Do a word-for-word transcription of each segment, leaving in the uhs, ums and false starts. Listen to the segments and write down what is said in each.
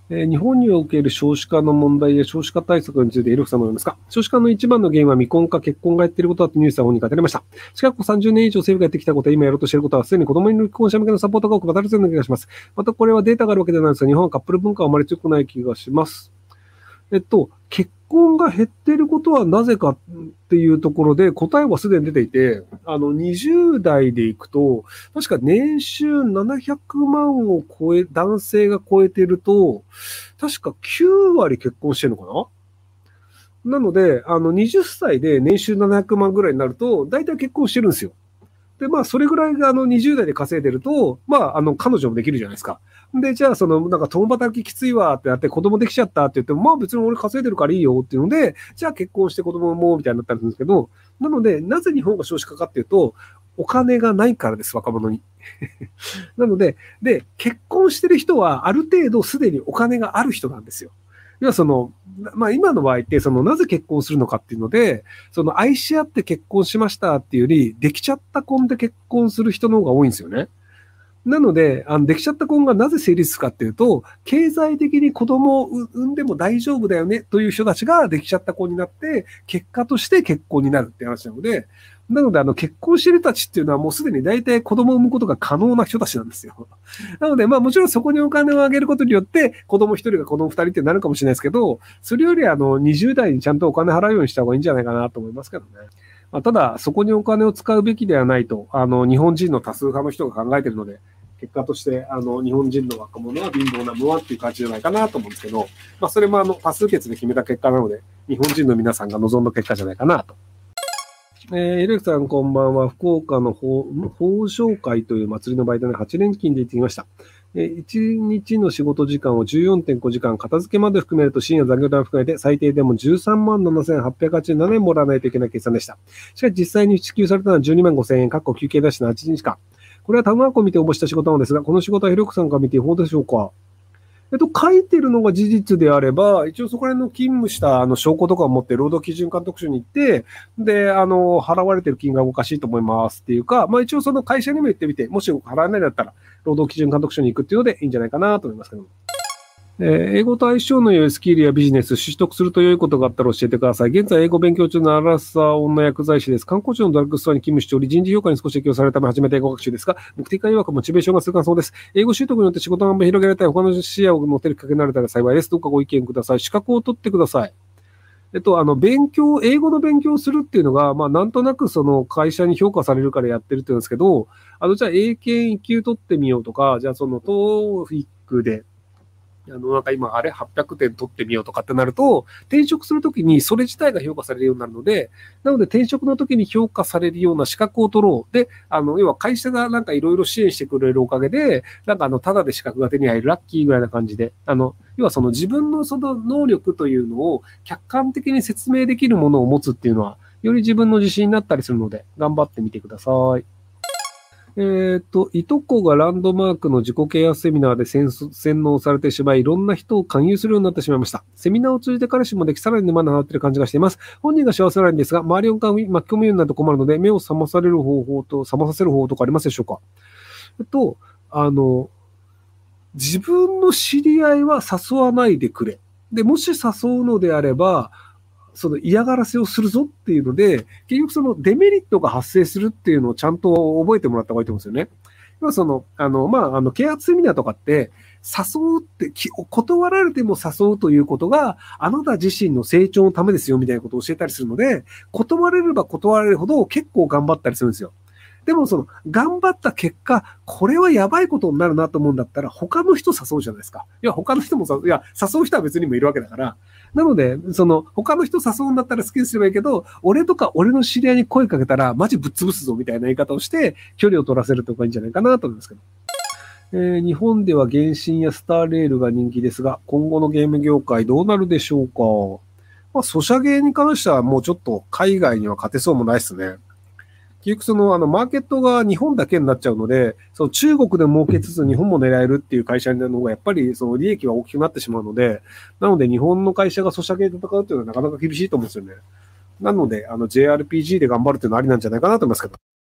えー日本における少子化の問題や少子化対策について、エルフさんはどう思いますか？少子化の一番の原因は未婚か結婚がやっていることだとニュースは本に語りました。しかし、さんじゅうねん以上政府がやってきたことや今やろうとしていることは、すでに子供に既婚者向けのサポートが多く渡るような気がします。また、これはデータがあるわけではないですが、日本はカップル文化はあまり強くない気がします。えっと、結婚が減っていることはなぜかっていうところで答えはすでに出ていて、あの、にじゅう代でいくと、確か年収ななひゃくまんを超え、男性が超えていると、確かきゅう割結婚してるのかな。なので、あの、はたちで年収ななひゃくまんぐらいになると、大体結婚してるんですよ。で、まあ、それぐらいが、あの、にじゅう代で稼いでると、まあ、あの、彼女もできるじゃないですか。で、じゃあ、その、なんか、共働ききついわってなって、子供できちゃったって言っても、まあ、別に俺稼いでるからいいよっていうので、じゃあ結婚して子供も、みたいになったりするんですけど、なので、なぜ日本が少子化かっていうと、お金がないからです、若者に。なので、で、結婚してる人は、ある程度すでにお金がある人なんですよ。要はその、まあ今の場合って、そのなぜ結婚するのかっていうので、その愛し合って結婚しましたっていうより、できちゃった婚で結婚する人の方が多いんですよね。なので、あの、できちゃった婚がなぜ成立するかっていうと、経済的に子供を産んでも大丈夫だよねという人たちができちゃった婚になって、結果として結婚になるって話なので、なので、あの、結婚してる人たちっていうのはもうすでに大体子供を産むことが可能な人たちなんですよ。なので、まあもちろんそこにお金をあげることによって、子供一人が子供二人ってなるかもしれないですけど、それよりあの、にじゅう代にちゃんとお金払うようにした方がいいんじゃないかなと思いますけどね。まあ、ただ、そこにお金を使うべきではないと、あの、日本人の多数派の人が考えているので、結果として、あの、日本人の若者は貧乏なものはっていう感じじゃないかなと思うんですけど、まあ、それもあの、多数決で決めた結果なので、日本人の皆さんが望んだ結果じゃないかなと。えー、エレクさんこんばんは。福岡の法商会という祭りのバイトにはち連勤で行ってきました。えー、いちにちの仕事時間を じゅうよんてんご 時間、片付けまで含めると深夜残業代を含めて最低でもじゅうさんまんななせんはっぴゃくはちじゅうななえんもらわないといけない計算でした。しかし実際に支給されたのはじゅうにまんごせんえん、かっこ休憩なしのはちにちかん。これはタウンワークを見て応募した仕事なのですが、この仕事はエレクさんから見て違法でしょうか？えっと、書いてるのが事実であれば、一応そこら辺の勤務したあの証拠とかを持って労働基準監督署に行って、で、あの、払われてる金額おかしいと思いますっていうか、まあ一応その会社にも言ってみて、もし払わないんだったら、労働基準監督署に行くっていうのでいいんじゃないかなと思いますけども。えー英語と相性の良いスキルやビジネス、取得すると良いことがあったら教えてください。現在、英語勉強中のアラサー女薬剤師です。観光地のドラッグストアに勤務しており、人事評価に少し影響されるため始めた英語学習ですが、目的が弱くモチベーションが痛感そうです。英語習得によって仕事の幅を広げられたい、他の視野を持てるきっかけになれたら幸いです。どうかご意見ください。資格を取ってください。えっと、あの、勉強、英語の勉強をするっていうのが、まあ、なんとなくその会社に評価されるからやってるって言うんですけど、あの、じゃあ、英検いっ級取ってみようとか、じゃあ、その、トーフィックで、あの、なんか今、あれはっぴゃくてん取ってみようとかってなると、転職するときにそれ自体が評価されるようになるので、なので転職のときに評価されるような資格を取ろう。で、あの、要は会社がなんかいろいろ支援してくれるおかげで、なんかあの、ただで資格が手に入るラッキーぐらいな感じで、あの、要はその自分のその能力というのを客観的に説明できるものを持つっていうのは、より自分の自信になったりするので、頑張ってみてください。えっと、いとこがランドマークの自己啓発セミナーで洗洗脳されてしまい、いろんな人を勧誘するようになってしまいました。セミナーを通じて彼氏もでき、さらに沼にハっている感じがしています。本人が幸せなんですが、周りを巻き込むようになると困るので、目を覚まされる方法と、覚まさせる方法とかありますでしょうか？えっと、あの、自分の知り合いは誘わないでくれ。で、もし誘うのであれば、その嫌がらせをするぞっていうので、結局そのデメリットが発生するっていうのをちゃんと覚えてもらった方がいいと思うんですよね。要はその、あの、まあ、あの、啓発セミナーとかって、誘うって、断られても誘うということが、あなた自身の成長のためですよ、みたいなことを教えたりするので、断れれば断られるほど結構頑張ったりするんですよ。でもその、頑張った結果、これはやばいことになるなと思うんだったら、他の人誘うじゃないですか。いや、他の人もさ、いや、誘う人は別にもいるわけだから。なので、その、他の人誘うんだったら好きにすればいいけど、俺とか俺の知り合いに声かけたら、マジぶっ潰すぞみたいな言い方をして、距離を取らせるとかいいんじゃないかなと思いますけど。えー日本では原神やスターレールが人気ですが、今後のゲーム業界どうなるでしょうか。まあ、ソシャゲに関してはもうちょっと海外には勝てそうもないですね。結局その、あの、マーケットが日本だけになっちゃうので、その中国で儲けつつ日本も狙えるっていう会社になるのが、やっぱりその利益は大きくなってしまうので、なので日本の会社がソシャゲで戦うっていうのはなかなか厳しいと思うんですよね。なので、あの、ジェイアールピージー で頑張るっていうのはありなんじゃないかなと思いますけど。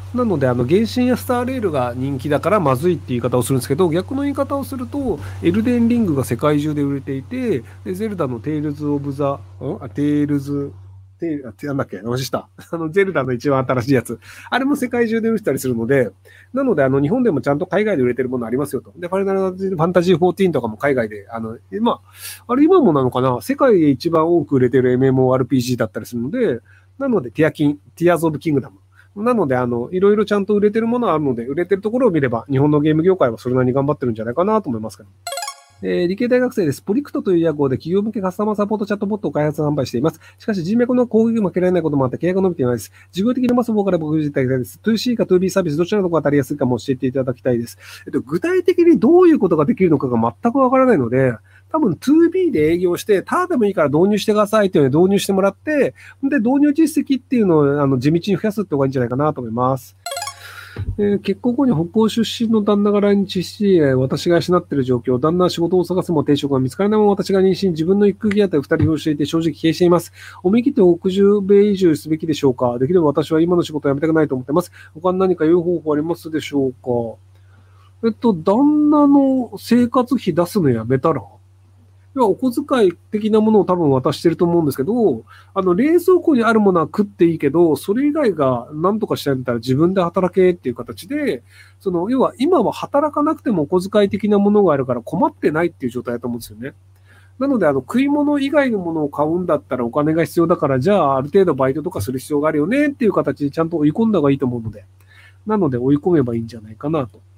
なので、あの、原神やスターレールが人気だからまずいって言い方をするんですけど、逆の言い方をすると、エルデンリングが世界中で売れていて、で、ゼルダのテイルズ・オブ・ザ、んあ、テイルズ、テイル、あ、てなんだっけ忘れした。あの、ゼルダの一番新しいやつ。あれも世界中で売れてたりするので、なので、あの、日本でもちゃんと海外で売れてるものありますよと。で、ファイナルファンタジーフォーティーンとかも海外で、あの、まあ、あれ今もなのかな、世界で一番多く売れてる エムエムオーアールピージー だったりするので、なので、ティアキン、ティアーズ・オブ・キングダム。なので、あの、いろいろちゃんと売れてるものはあるので、売れてるところを見れば、日本のゲーム業界はそれなりに頑張ってるんじゃないかなと思いますけど。えー理系大学生です。ポリクトという屋号で企業向けカスタマーサポートチャットボットを開発販売しています。しかし人脈の攻撃も負けられないこともあって契約が伸びていないです。事業的なマスボから僕自体です。ツーシー か ツービー サービスどちらの方が当たりやすいかも教えていただきたいです。えっと、具体的にどういうことができるのかが全くわからないので、多分 ツービー で営業して、ただでもいいから導入してくださいというので導入してもらって、で、導入実績っていうのをあの地道に増やすって方がいいんじゃないかなと思います。えー結婚後に北欧出身の旦那が来日し、えー私が養っている状況、旦那は仕事を探すも定職が見つからないまま私が妊娠、自分の育休当て二人をしていて正直経営しています。思い切って北欧米移住すべきでしょうか。できれば私は今の仕事を辞めたくないと思っています。他に何か良い方法ありますでしょうか。えっと、旦那の生活費出すのやめたら要はお小遣い的なものを多分渡してると思うんですけど、あの、冷蔵庫にあるものは食っていいけど、それ以外が何とかしたいんだったら自分で働けっていう形で、その、要は今は働かなくてもお小遣い的なものがあるから困ってないっていう状態だと思うんですよね。なので、あの、食い物以外のものを買うんだったらお金が必要だから、じゃあある程度バイトとかする必要があるよねっていう形でちゃんと追い込んだ方がいいと思うので、なので追い込めばいいんじゃないかなと。